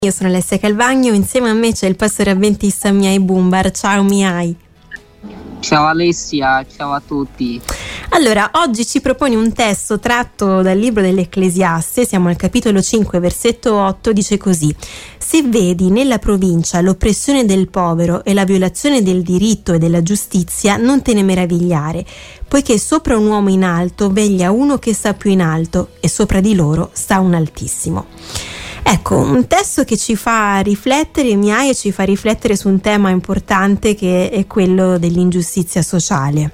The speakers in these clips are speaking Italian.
Io sono Alessia Calvagno, insieme a me c'è il pastore avventista Mihai Bumbar. Ciao Mihai. Ciao Alessia, ciao a tutti. Allora, oggi ci proponi un testo tratto dal libro dell'Ecclesiaste, siamo al capitolo 5, versetto 8, dice così: se vedi nella provincia l'oppressione del povero e la violazione del diritto e della giustizia, non te ne meravigliare, poiché sopra un uomo in alto veglia uno che sta più in alto e sopra di loro sta un Altissimo. Ecco, un testo che ci fa riflettere, Mihai, e ci fa riflettere su un tema importante che è quello dell'ingiustizia sociale.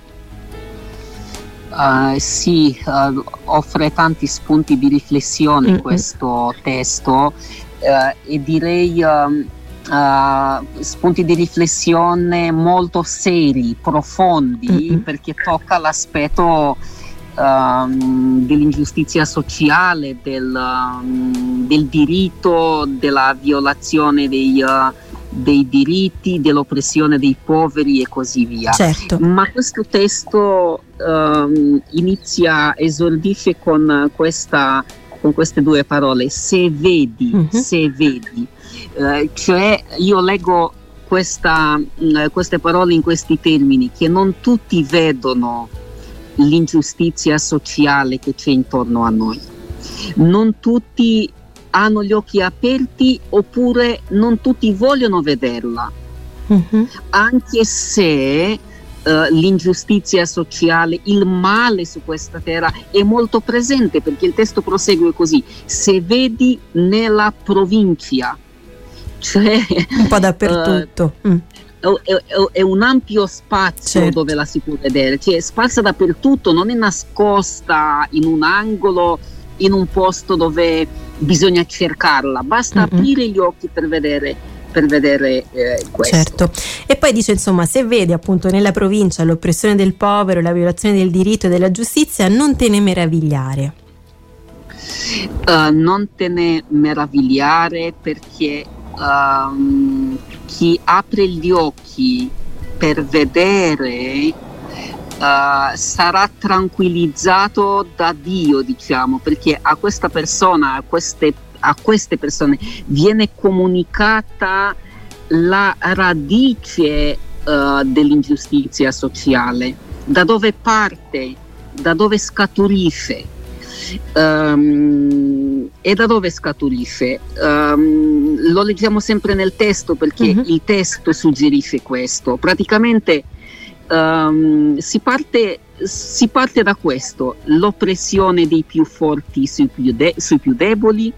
Offre tanti spunti di riflessione questo testo e direi spunti di riflessione molto seri, profondi, perché tocca l'aspetto dell'ingiustizia sociale, del diritto, della violazione dei diritti, dell'oppressione dei poveri e così via. Certo. Ma questo testo esordisce con queste due parole: se vedi, se vedi. Cioè io leggo queste parole in questi termini, che non tutti vedono l'ingiustizia sociale che c'è intorno a noi, non tutti hanno gli occhi aperti, oppure non tutti vogliono vederla, anche se l'ingiustizia sociale, il male su questa terra è molto presente, perché il testo prosegue così: se vedi nella provincia, cioè un po' dappertutto. È un ampio spazio, certo, dove la si può vedere, cioè è sparsa dappertutto, non è nascosta in un angolo, in un posto dove bisogna cercarla, basta aprire gli occhi per vedere questo. Certo. E poi dice, insomma, se vedi appunto nella provincia l'oppressione del povero, la violazione del diritto e della giustizia, non te ne meravigliare. Non te ne meravigliare, perché chi apre gli occhi per vedere sarà tranquillizzato da Dio, diciamo, perché a questa persona, a queste persone viene comunicata la radice dell'ingiustizia sociale, da dove parte, da dove scaturisce. E da dove scaturisce? Lo leggiamo sempre nel testo, perché il testo suggerisce questo. Praticamente si parte da questo: l'oppressione dei più forti sui più deboli,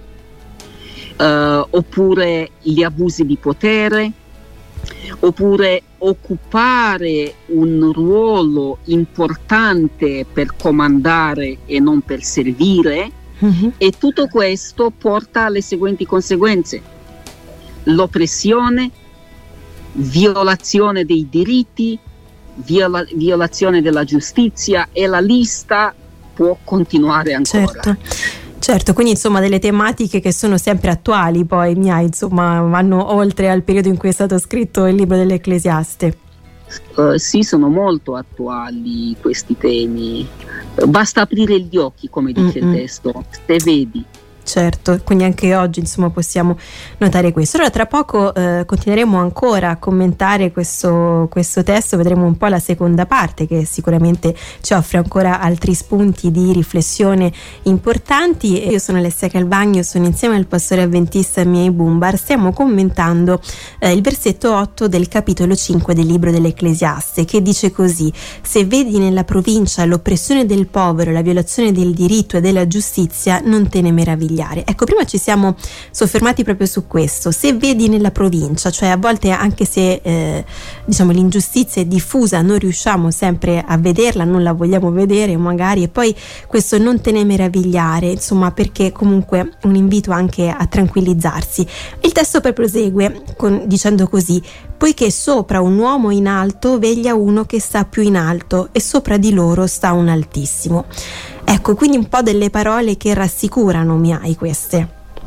oppure gli abusi di potere, oppure occupare un ruolo importante per comandare e non per servire, e tutto questo porta alle seguenti conseguenze: l'oppressione, violazione dei diritti, violazione della giustizia, e la lista può continuare ancora. Certo, quindi insomma delle tematiche che sono sempre attuali, poi insomma vanno oltre al periodo in cui è stato scritto il libro dell'Ecclesiaste. Sì, sono molto attuali questi temi, basta aprire gli occhi, come dice il testo, se vedi. Certo, quindi anche oggi insomma possiamo notare questo. Allora tra poco continueremo ancora a commentare questo testo, vedremo un po' la seconda parte, che sicuramente ci offre ancora altri spunti di riflessione importanti. Io sono Alessia Calvagno, sono insieme al pastore avventista Mihai Bumbar, stiamo commentando il versetto 8 del capitolo 5 del libro dell'Ecclesiaste, che dice così: se vedi nella provincia l'oppressione del povero, la violazione del diritto e della giustizia, non te ne meravigliare. Ecco, prima ci siamo soffermati proprio su questo: se vedi nella provincia, cioè a volte anche se diciamo l'ingiustizia è diffusa, non riusciamo sempre a vederla, non la vogliamo vedere magari, e poi questo non te ne meravigliare, insomma, perché comunque un invito anche a tranquillizzarsi. Il testo poi prosegue dicendo così: poiché sopra un uomo in alto veglia uno che sta più in alto e sopra di loro sta un Altissimo. Ecco, quindi un po' delle parole che rassicurano, Mihai, queste.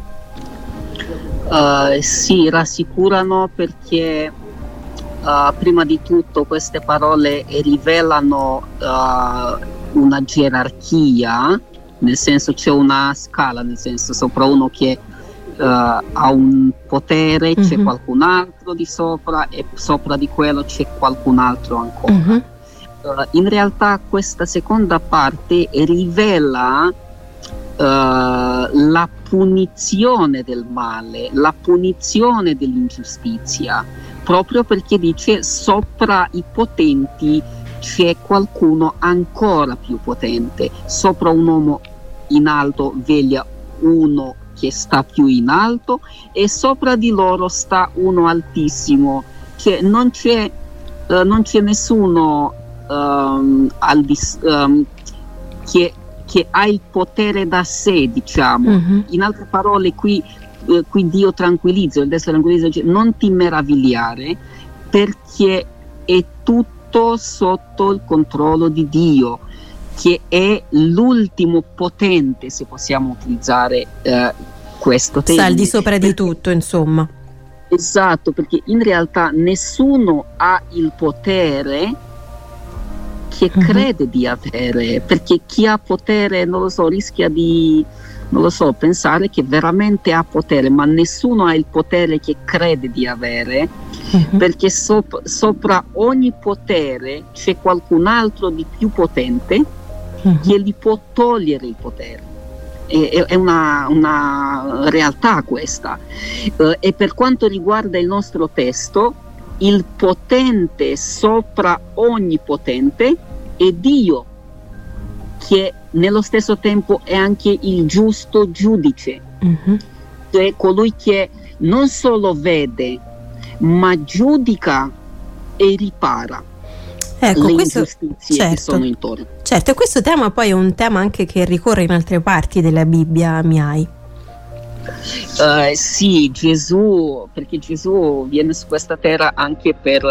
Sì, rassicurano, perché prima di tutto queste parole rivelano una gerarchia, nel senso c'è una scala, nel senso sopra uno che ha un potere, c'è Mhm. qualcun altro di sopra e sopra di quello c'è qualcun altro ancora. Mhm. In realtà questa seconda parte rivela la punizione del male, la punizione dell'ingiustizia, proprio perché dice sopra i potenti c'è qualcuno ancora più potente, sopra un uomo in alto veglia uno che sta più in alto e sopra di loro sta uno altissimo, che non c'è nessuno che ha il potere da sé, diciamo. Mhm. In altre parole, qui Dio tranquillizza, il testo tranquillizza, dice, non ti meravigliare perché è tutto sotto il controllo di Dio, che è l'ultimo potente, se possiamo utilizzare questo termine. Sta al di sopra di tutto, insomma. Esatto, perché in realtà nessuno ha il potere che crede di avere, perché chi ha potere, non lo so, rischia di, non lo so, pensare che veramente ha potere, ma nessuno ha il potere che crede di avere, perché sopra ogni potere c'è qualcun altro di più potente che gli può togliere il potere. È una realtà questa. E per quanto riguarda il nostro testo, il potente sopra ogni potente è Dio, che nello stesso tempo è anche il giusto giudice, cioè colui che non solo vede, ma giudica e ripara le ingiustizie che sono intorno. Certo, e questo tema poi è un tema anche che ricorre in altre parti della Bibbia, Mihai. Sì, Gesù, perché Gesù viene su questa terra anche per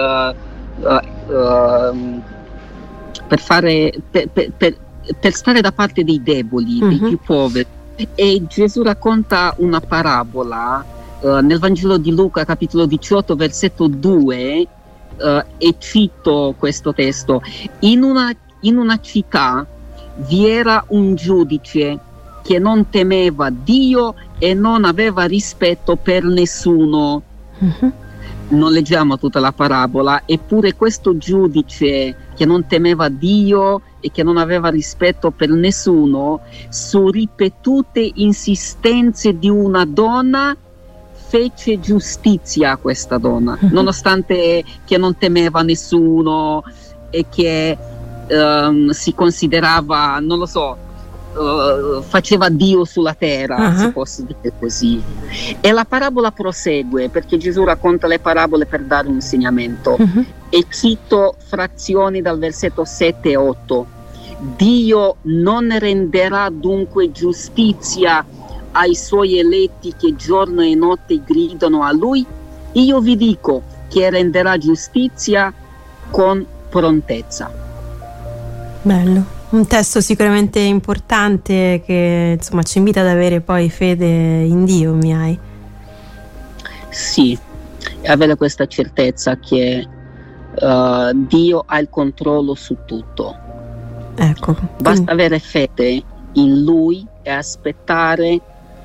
stare da parte dei deboli, dei più poveri. E Gesù racconta una parabola nel Vangelo di Luca, capitolo 18, versetto 2, e cito questo testo. In una città vi era un giudice che non temeva Dio e non aveva rispetto per nessuno. Non leggiamo tutta la parabola, eppure questo giudice che non temeva Dio e che non aveva rispetto per nessuno, su ripetute insistenze di una donna, fece giustizia a questa donna, nonostante che non temeva nessuno e che si considerava, non lo so, faceva Dio sulla terra, si possa dire così. E la parabola prosegue, perché Gesù racconta le parabole per dare un insegnamento, e cito frazioni dal versetto 7 e 8. Dio non renderà dunque giustizia ai suoi eletti che giorno e notte gridano a lui? Io vi dico che renderà giustizia con prontezza. Bello, un testo sicuramente importante che insomma ci invita ad avere poi fede in Dio, Mihai. Sì, avere questa certezza che Dio ha il controllo su tutto. Ecco, basta avere fede in Lui e aspettare,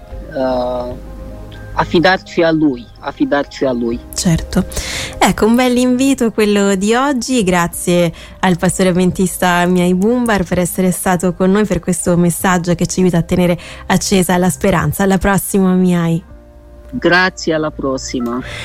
affidarci a Lui. Certo. Ecco, un bel invito quello di oggi. Grazie al pastore avventista Mihai Bumbar per essere stato con noi, per questo messaggio che ci aiuta a tenere accesa la speranza. Alla prossima, Mihai. Grazie, alla prossima.